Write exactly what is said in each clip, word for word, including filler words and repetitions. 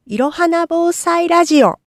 いろはな防災ラジオ。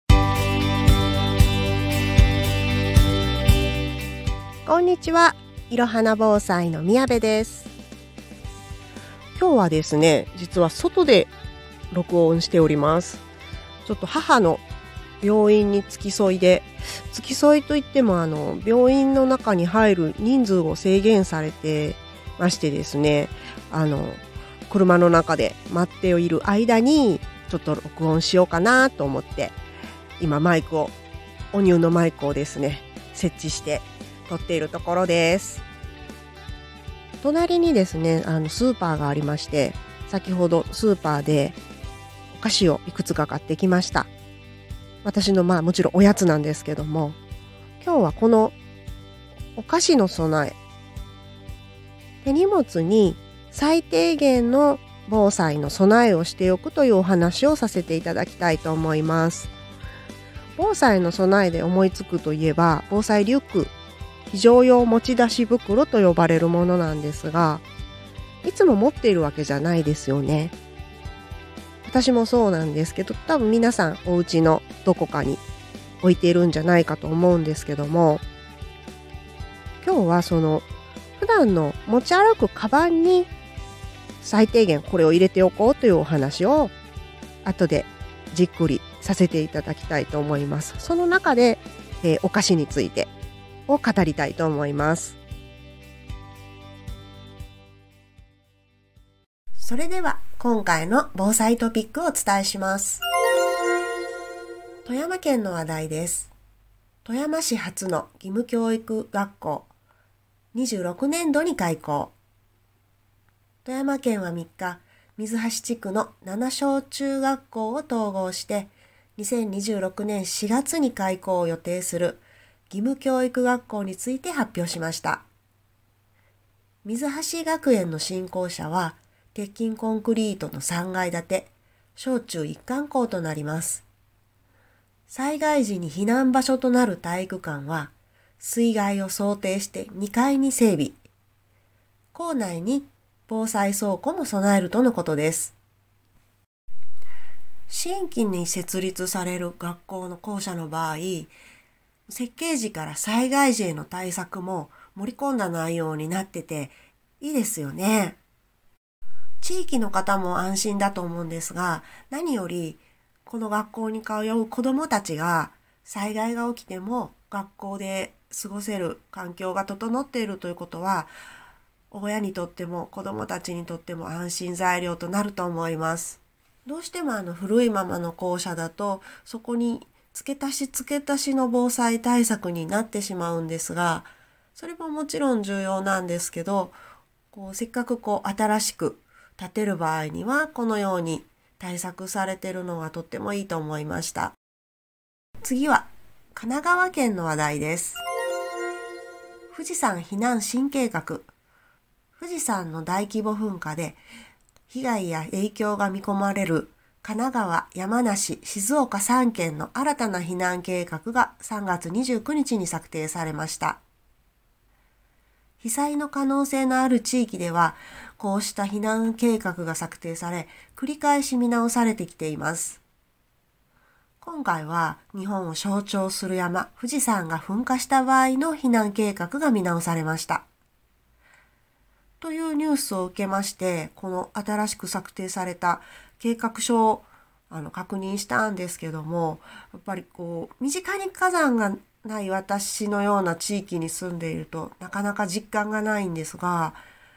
こんにちは、いろはな防災の宮部です。今日はですね、実は外で録音しております。ちょっと母の病院に付き添いで、付き添いといってもあの病院の中に入る人数を制限されてましてですね、あの車の中で待っている間にちょっと録音しようかなと思って、今マイクをお乳のマイクをですね設置して撮っているところです。隣にですねあのスーパーがありまして、先ほどスーパーでお菓子をいくつか買ってきました。私のまあもちろんおやつなんですけども、今日はこのお菓子の備え、手荷物に最低限の防災の備えをしておくというお話をさせていただきたいと思います。防災の備えで思いつくといえば、防災リュック、非常用持ち出し袋と呼ばれるものなんですが、いつも持っているわけじゃないですよね。私もそうなんですけど、多分皆さんお家のどこかに置いているんじゃないかと思うんですけども、今日はその普段の持ち歩くカバンに最低限これを入れておこうというお話を後でじっくりさせていただきたいと思います。その中で、えー、お菓子についてを語りたいと思います。それでは今回の防災トピックをお伝えします。富山県の話題です。富山市初の義務教育学校、にじゅうろくねんどに開校。富山県はみっか、水橋地区のなな小中学校を統合して、にせんにじゅうろくねんしがつに開校を予定する義務教育学校について発表しました。水橋学園の新校舎は、鉄筋コンクリートのさんがい建て、小中一貫校となります。災害時に避難場所となる体育館は、水害を想定してにかいに整備。校内に防災倉庫も備えるとのことです。新規に設立される学校の校舎の場合、設計時から災害時への対策も盛り込んだ内容になってていいですよね。地域の方も安心だと思うんですが、何よりこの学校に通う子どもたちが災害が起きても学校で過ごせる環境が整っているということは、親にとっても子どもたちにとっても安心材料となると思います。どうしてもあの古いままの校舎だと、そこに付け足し付け足しの防災対策になってしまうんですが、それももちろん重要なんですけど、こうせっかくこう新しく建てる場合にはこのように対策されているのがとってもいいと思いました。次は神奈川県の話題です。富士山避難新計画。富士山の大規模噴火で被害や影響が見込まれる神奈川、山梨、静岡さんけんの新たな避難計画がさんがつにじゅうくにちに策定されました。被災の可能性のある地域では、こうした避難計画が策定され、繰り返し見直されてきています。今回は日本を象徴する山、富士山が噴火した場合の避難計画が見直されました。というニュースを受けまして、この新しく策定された計画書をあの確認したんですけども、やっぱりこう身近に火山がない私のような地域に住んでいるとなかなか実感がないんですが、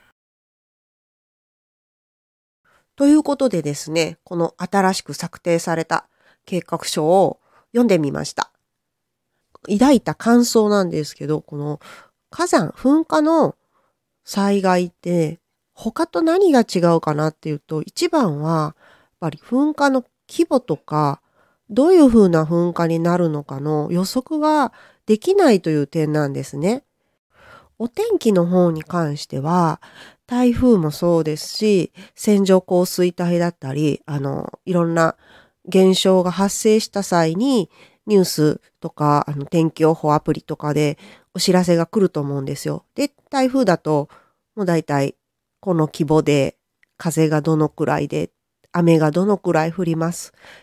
ということでですね、この新しく策定された計画書を読んでみました。抱いた感想なんですけど、この火山噴火の災害って他と何が違うかなっていうと、一番はやっぱり噴火の規模とか、どういう風な噴火になるのかの予測ができないという点なんですね。お天気の方に関しては、台風もそうですし、線状降水帯だったり、あの、いろんな現象が発生した際に、ニュースとか、あの、天気予報アプリとかでお知らせが来ると思うんですよ。で、台風だと、もう大体、この規模で、風がどのくらいで、雨がどのくらい降ります。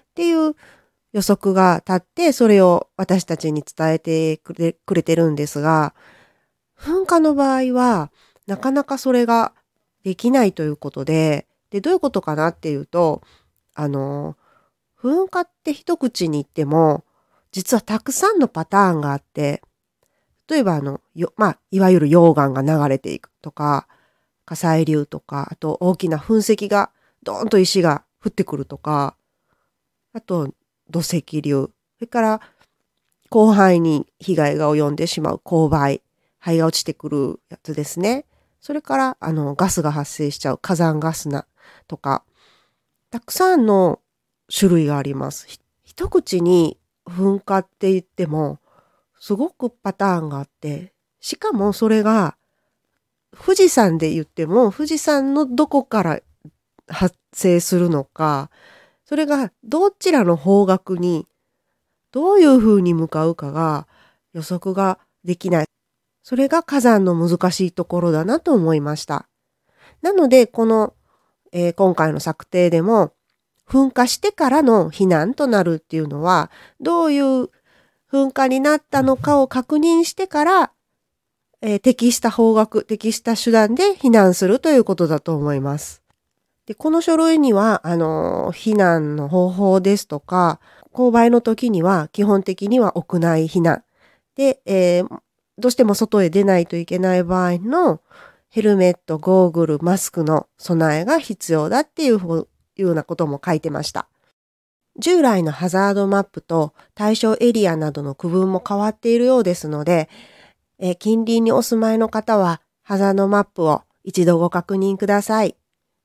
っていう予測が立って、それを私たちに伝えてくれくれてるんですが、噴火の場合は、なかなかそれができないということで、で、どういうことかなっていうと、あの、噴火って一口に言っても、実はたくさんのパターンがあって、例えばあの、よまあ、いわゆる溶岩が流れていくとか、火砕流とか、あと大きな噴石がドーンと石が降ってくるとか、あと土石流、それから広範囲に被害が及んでしまう勾配、灰が落ちてくるやつですね。それからあのガスが発生しちゃう火山ガスなとか、たくさんの種類があります。ひ一口に噴火って言ってもすごくパターンがあって、しかもそれが富士山で言っても富士山のどこから発生するのか、それがどちらの方角にどういう風に向かうかが予測ができない。それが火山の難しいところだなと思いました。なのでこの、えー今回の策定でも噴火してからの避難となるっていうのは、どういう噴火になったのかを確認してから、えー適した方角、適した手段で避難するということだと思います。で、この書類には、あの、避難の方法ですとか、勾配の時には基本的には屋内避難。で、えーどうしても外へ出ないといけない場合のヘルメット、ゴーグル、マスクの備えが必要だっていうふういうようなことも書いてました。従来のハザードマップと対象エリアなどの区分も変わっているようですので、えー近隣にお住まいの方はハザードマップを一度ご確認ください。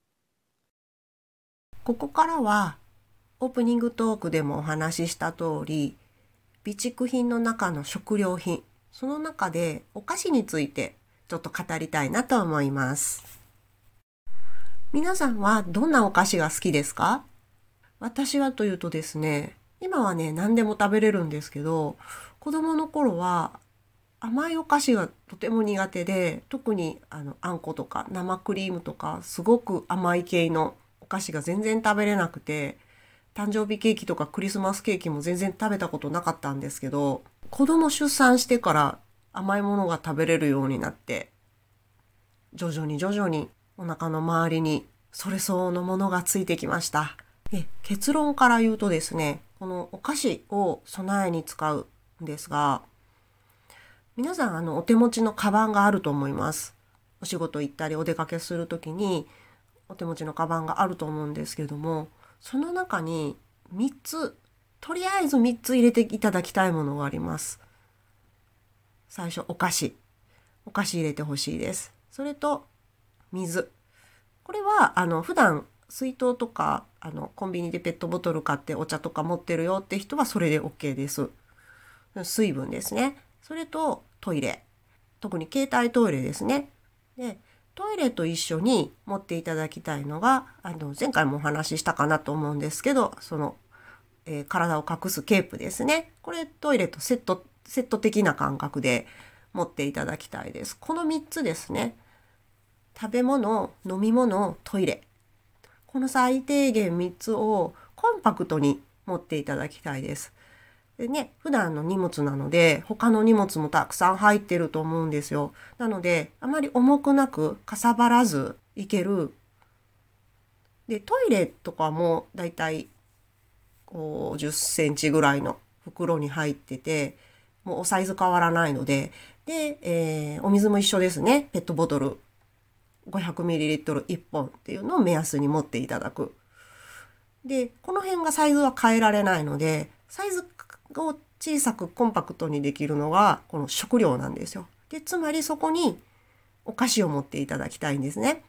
ここからはオープニングトークでもお話しした通り、備蓄品の中の食料品、その中でお菓子についてちょっと語りたいなと思います。皆さんはどんなお菓子が好きですか？私はというとですね、今はね、何でも食べれるんですけど、子供の頃は甘いお菓子がとても苦手で、特にあのあんことか生クリームとかすごく甘い系のお菓子が全然食べれなくて、誕生日ケーキとかクリスマスケーキも全然食べたことなかったんですけど、子供出産してから甘いものが食べれるようになって、徐々に徐々にお腹の周りにそれ相応のものがついてきました。で、結論から言うとですね、このお菓子を備えに使うんですが、皆さんあのお手持ちのカバンがあると思います。お仕事行ったりお出かけするときにお手持ちのカバンがあると思うんですけども、その中にみっつ、とりあえずみっつ入れていただきたいものがあります。最初お菓子。お菓子入れてほしいです。それと水。これはあの普段水筒とかあのコンビニでペットボトル買ってお茶とか持ってるよって人はそれで OK です。水分ですね。それとトイレ。特に携帯トイレですね。で、トイレと一緒に持っていただきたいのが、あの前回もお話ししたかなと思うんですけど、その、えー体を隠すケープですね。これトイレとセット、セット的な感覚で持っていただきたいです。このみっつですね。食べ物、飲み物、トイレ。この最低限みっつをコンパクトに持っていただきたいです。でね、普段の荷物なので、他の荷物もたくさん入ってると思うんですよ。なので、あまり重くなく、かさばらずいける。で、トイレとかもだいたいこうじゅっセンチぐらいの袋に入ってて、もうおサイズ変わらないので、で、えーお水も一緒ですね。ペットボトル ごひゃくミリリットルいっぽんっていうのを目安に持っていただく。で、この辺がサイズは変えられないので、サイズを小さくコンパクトにできるのがこの食料なんですよ。で、つまりそこにお菓子を持っていただきたいんですね。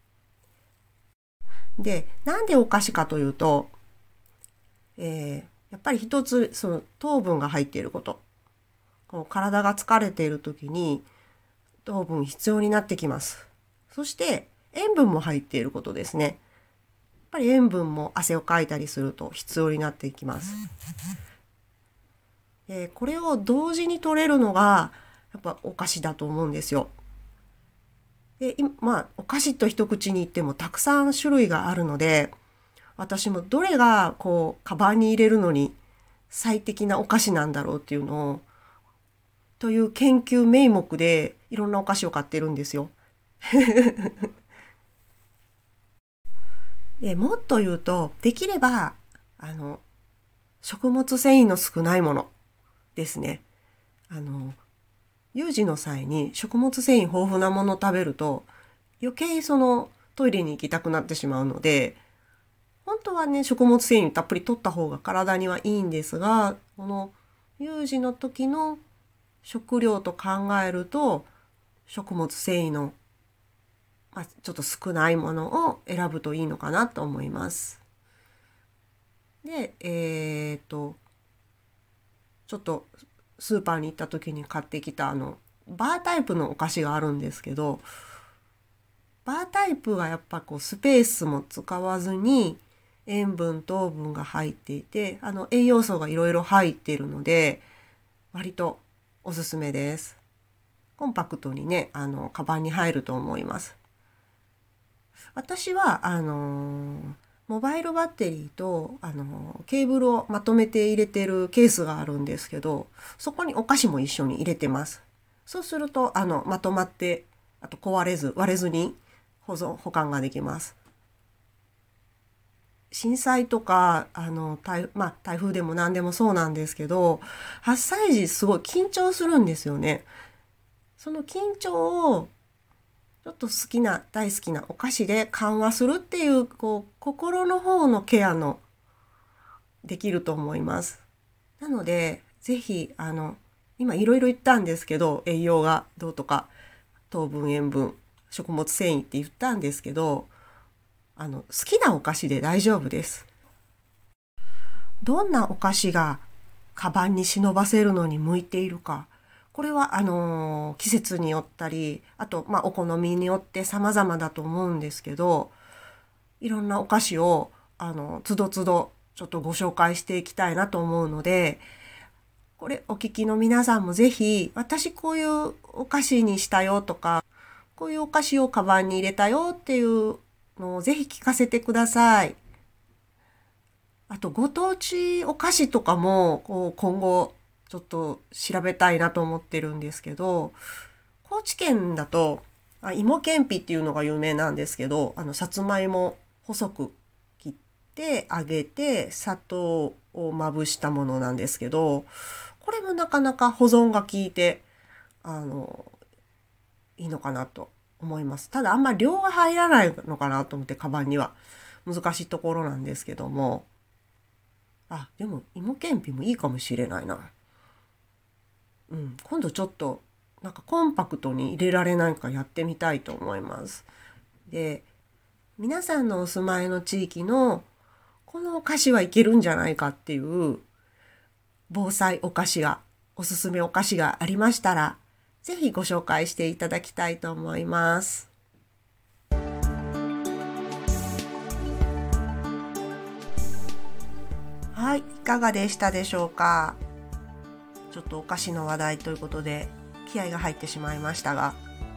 で、なんでお菓子かというと、えーやっぱり一つその糖分が入っていること。この体が疲れている時に糖分必要になってきます。そして塩分も入っていることですね。やっぱり塩分も汗をかいたりすると必要になっていきます。で、これを同時に取れるのがやっぱお菓子だと思うんですよ。で、今まあお菓子と一口に言ってもたくさん種類があるので、 私もどれがこうカバンに入れるのに最適なお菓子なんだろうっていうのをという研究名目でいろんなお菓子を買ってるんですよ。でもっと言うと、できればあの食物繊維の少ないものですね。あの有事の際に食物繊維豊富なものを食べると余計そのトイレに行きたくなってしまうので、本当はね食物繊維たっぷり取った方が体にはいいんですが、この有事の時の食料と考えると食物繊維の、まあ、ちょっと少ないものを選ぶといいのかなと思います。で、えー、っとちょっとスーパーに行った時に買ってきたあのバータイプのお菓子があるんですけど、バータイプはやっぱこうスペースも使わずに塩分糖分が入っていて、あの栄養素がいろいろ入っているので割とおすすめです。コンパクトにね、あのカバンに入ると思います。私はあのーモバイルバッテリーと、あのーケーブルをまとめて入れてるケースがあるんですけど、そこにお菓子も一緒に入れてます。そうするとあのまとまって、あと壊れず割れずに保存保管ができます。震災とかあの 台,、まあ、台風でも何でもそうなんですけど、発災時すごい緊張するんですよね。その緊張をちょっと好きな大好きなお菓子で緩和するっていう、こう心の方のケアのできると思います。なのでぜひあの今いろいろ言ったんですけど、栄養がどうとか糖分塩分食物繊維って言ったんですけど、あの好きなお菓子で大丈夫です。どんなお菓子がカバンに忍ばせるのに向いているか、これはあの季節によったり、あとまあお好みによって様々だと思うんですけど、いろんなお菓子をあのつどつどちょっとご紹介していきたいなと思うので、これお聞きの皆さんもぜひ、私こういうお菓子にしたよとか、こういうお菓子をカバンに入れたよっていうのをぜひ聞かせてください。あとご当地お菓子とかもこう今後ちょっと調べたいなと思ってるんですけど、高知県だとあ芋けんぴっていうのが有名なんですけど、あのさつまいも細く切って揚げて砂糖をまぶしたものなんですけど、これもなかなか保存が効いてあのいいのかなと思います。ただあんまり量が入らないのかなと思って、カバンには難しいところなんですけども、あでも芋けんぴもいいかもしれないな。うん、今度ちょっとなんかコンパクトに入れられないかやってみたいと思います。で、皆さんのお住まいの地域のこのお菓子はいけるんじゃないかっていう防災お菓子が、おすすめお菓子がありましたら、ぜひご紹介していただきたいと思います。はい、いかがでしたでしょうか。ちょっとお菓子の話題ということで気合が入ってしまいましたが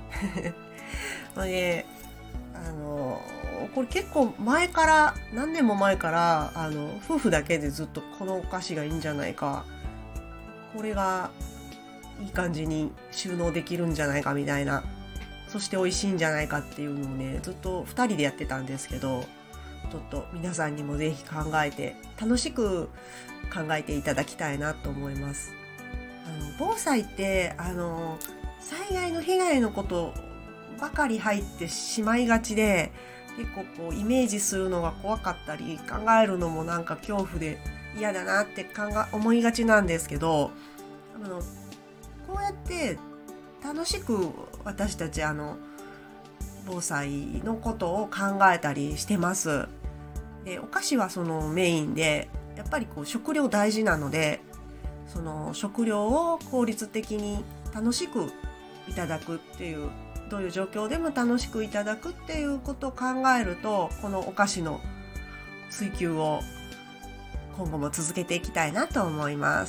で、あのこれ結構前から、何年も前からあの夫婦だけでずっとこのお菓子がいいんじゃないか、これがいい感じに収納できるんじゃないかみたいな、そして美味しいんじゃないかっていうのをねずっとふたりでやってたんですけど、ちょっと皆さんにもぜひ考えて楽しく考えていただきたいなと思います。あの防災ってあの災害の被害のことばかり入ってしまいがちで、結構こうイメージするのが怖かったり、考えるのもなんか恐怖で嫌だなって考え思いがちなんですけど、あのこうやって楽しく私たちあの防災のことを考えたりしてます。で、お菓子はそのメインで、やっぱりこう食料大事なので、その食料を効率的に楽しくいただくっていう、どういう状況でも楽しくいただくっていうことを考えると、このお菓子の追求を今後も続けていきたいなと思います。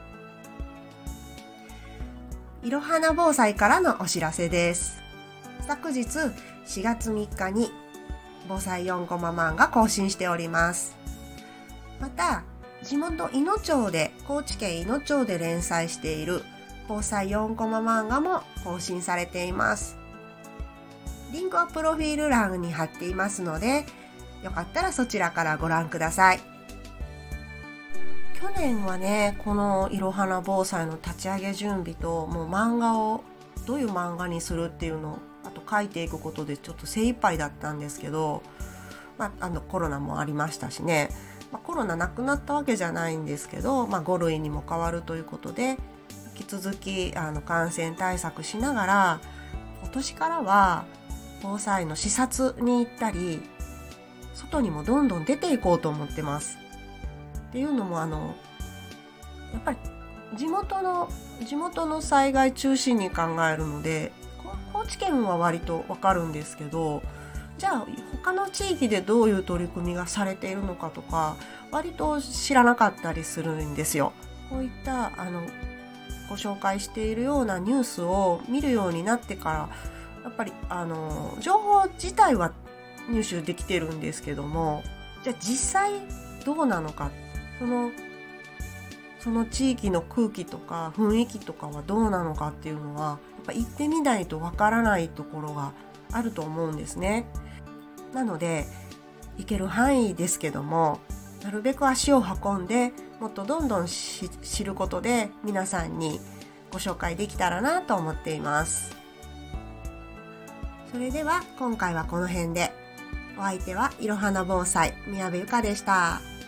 いろはな防災からのお知らせです。昨日しがつみっかに防災よんコマ漫画更新しております。また地元いの町で高知県いの町で連載している防災よんコマ漫画も更新されています。リンクはプロフィール欄に貼っていますので、よかったらそちらからご覧ください。去年はね、このいろはな防災の立ち上げ準備と、もう漫画をどういう漫画にするっていうのをあと書いていくことでちょっと精一杯だったんですけど、まあ、あのコロナもありましたしね、まあ、コロナなくなったわけじゃないんですけど、まあ、ご類にも変わるということで、引き続きあの感染対策しながら、今年からは防災の視察に行ったり、外にもどんどん出ていこうと思ってます。っていうのもあのやっぱり地元の地元の災害中心に考えるので、高知県は割とわかるんですけど、じゃあ他の地域でどういう取り組みがされているのかとか割と知らなかったりするんですよ。こういったあのご紹介しているようなニュースを見るようになってから、やっぱりあの情報自体は入手できてるんですけども、じゃあ実際どうなのか、そのその地域の空気とか雰囲気とかはどうなのかっていうのは、やっぱ行ってみないとわからないところがあると思うんですね。なので行ける範囲ですけども、なるべく足を運んで、もっとどんどん知ることで皆さんにご紹介できたらなと思っています。それでは今回はこの辺で。お相手はいろはな防災宮部ゆかでした。